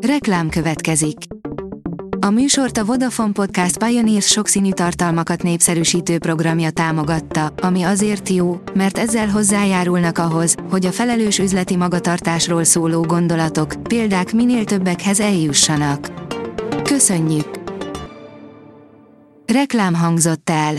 Reklám következik. A műsort a Vodafone Podcast Pioneers sokszínű tartalmakat népszerűsítő programja támogatta, ami azért jó, mert ezzel hozzájárulnak ahhoz, hogy a felelős üzleti magatartásról szóló gondolatok, példák minél többekhez eljussanak. Köszönjük! Reklám hangzott el.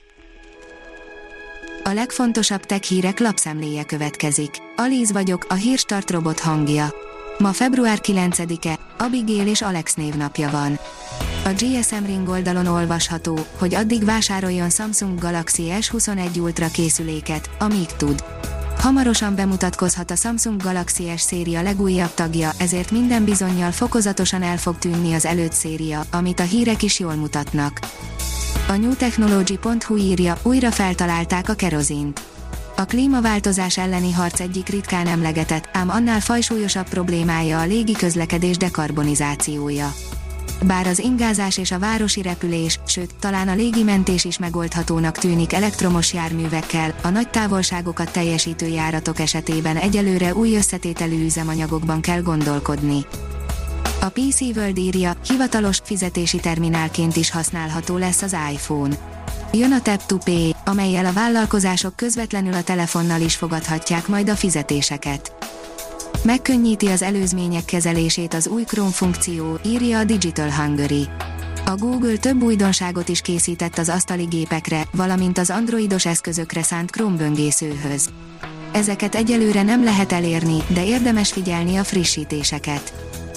A legfontosabb tech hírek lapszemléje következik. Alíz vagyok, a Hírstart robot hangja. Ma február 9-e, Abigail és Alex névnapja van. A GSM Ring oldalon olvasható, hogy addig vásároljon Samsung Galaxy S21 Ultra készüléket, amíg tud. Hamarosan bemutatkozhat a Samsung Galaxy S széria legújabb tagja, ezért minden bizonnyal fokozatosan el fog tűnni az előtt széria, amit a hírek is jól mutatnak. A newtechnology.hu írja, újra feltalálták a kerozint. A klímaváltozás elleni harc egyik ritkán emlegetett, ám annál fajsúlyosabb problémája a légiközlekedés dekarbonizációja. Bár az ingázás és a városi repülés, sőt, talán a légimentés is megoldhatónak tűnik elektromos járművekkel, a nagy távolságokat teljesítő járatok esetében egyelőre új összetételű üzemanyagokban kell gondolkodni. A PC World írja, hivatalos fizetési terminálként is használható lesz az iPhone. Jön a Tap to Pay, amellyel a vállalkozások közvetlenül a telefonnal is fogadhatják majd a fizetéseket. Megkönnyíti az előzmények kezelését az új Chrome funkció, írja a Digital Hungary. A Google több újdonságot is készített az asztali gépekre, valamint az androidos eszközökre szánt Chrome böngészőhöz. Ezeket egyelőre nem lehet elérni, de érdemes figyelni a frissítéseket.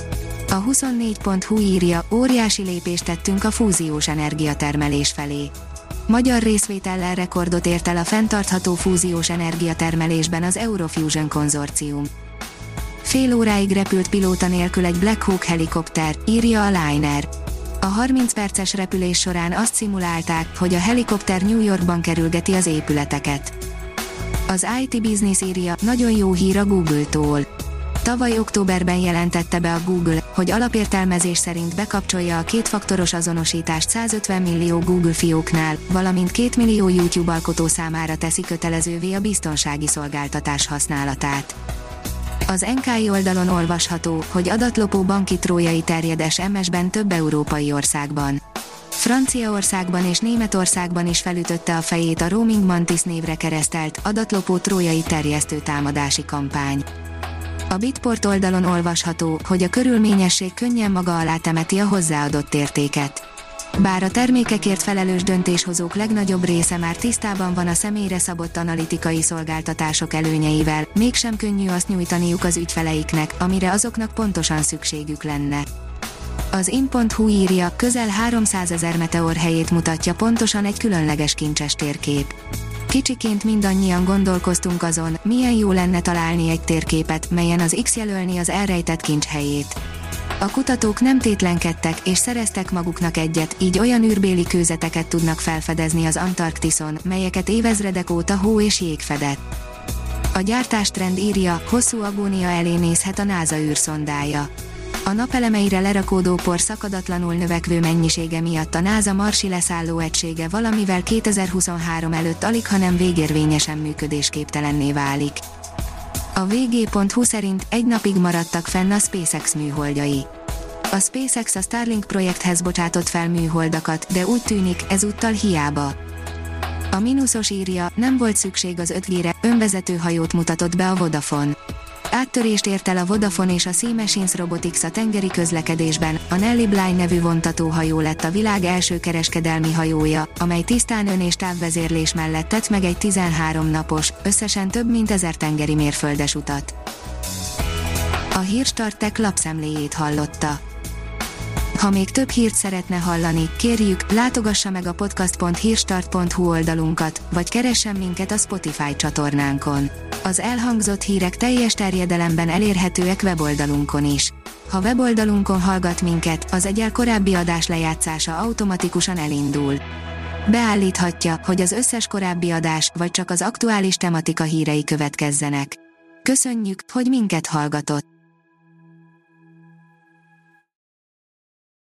A 24.hu írja, óriási lépést tettünk a fúziós energiatermelés felé. Magyar részvétellel rekordot ért el a fenntartható fúziós energiatermelésben az Eurofusion konzorcium. Fél óráig repült pilóta nélkül egy Black Hawk helikopter, írja a Liner. A 30 perces repülés során azt szimulálták, hogy a helikopter New Yorkban kerülgeti az épületeket. Az IT Business írja, nagyon jó hír a Google-tól. Tavaly októberben jelentette be a Google, hogy alapértelmezés szerint bekapcsolja a kétfaktoros azonosítást 150 millió Google fióknál, valamint 2 millió YouTube alkotó számára teszi kötelezővé a biztonsági szolgáltatás használatát. Az NKI oldalon olvasható, hogy adatlopó banki trójai terjed SMS-ben több európai országban. Franciaországban és Németországban is felütötte a fejét a Roaming Mantis névre keresztelt, adatlopó trójai terjesztő támadási kampány. A Bitport oldalon olvasható, hogy a körülményesség könnyen maga alá temeti a hozzáadott értéket. Bár a termékekért felelős döntéshozók legnagyobb része már tisztában van a személyre szabott analitikai szolgáltatások előnyeivel, mégsem könnyű azt nyújtaniuk az ügyfeleiknek, amire azoknak pontosan szükségük lenne. Az in.hu írja, közel 300 000 meteor helyét mutatja pontosan egy különleges kincses térkép. Kicsiként mindannyian gondolkoztunk azon, milyen jó lenne találni egy térképet, melyen az X jelölni az elrejtett kincs helyét. A kutatók nem tétlenkedtek, és szereztek maguknak egyet, így olyan űrbéli kőzeteket tudnak felfedezni az Antarktiszon, melyeket évezredek óta hó és jég fedett. A gyártástrend írja, hosszú agónia elé nézhet a NASA űrszondája. A napelemeire lerakódó por szakadatlanul növekvő mennyisége miatt a NASA marsi leszálló egysége valamivel 2023 előtt alighanem végérvényesen működésképtelenné válik. A vg.hu szerint egy napig maradtak fenn a SpaceX műholdjai. A SpaceX a Starlink projekthez bocsátott fel műholdakat, de úgy tűnik, ezúttal hiába. A mínuszos írja, nem volt szükség az 5G-re, önvezető hajót mutatott be a Vodafone. Áttörést ért el a Vodafone és a Sea Machines Robotics a tengeri közlekedésben, a Nelly Bly nevű vontatóhajó lett a világ első kereskedelmi hajója, amely tisztán ön- és távvezérlés mellett tett meg egy 13 napos, összesen több mint 1000 tengeri mérföldes utat. A Hírstart Tech lapszemléjét hallotta. Ha még több hírt szeretne hallani, kérjük, látogassa meg a podcast.hírstart.hu oldalunkat, vagy keressen minket a Spotify csatornánkon. Az elhangzott hírek teljes terjedelemben elérhetőek weboldalunkon is. Ha weboldalunkon hallgat minket, az egyel korábbi adás lejátszása automatikusan elindul. Beállíthatja, hogy az összes korábbi adás, vagy csak az aktuális tematika hírei következzenek. Köszönjük, hogy minket hallgatott!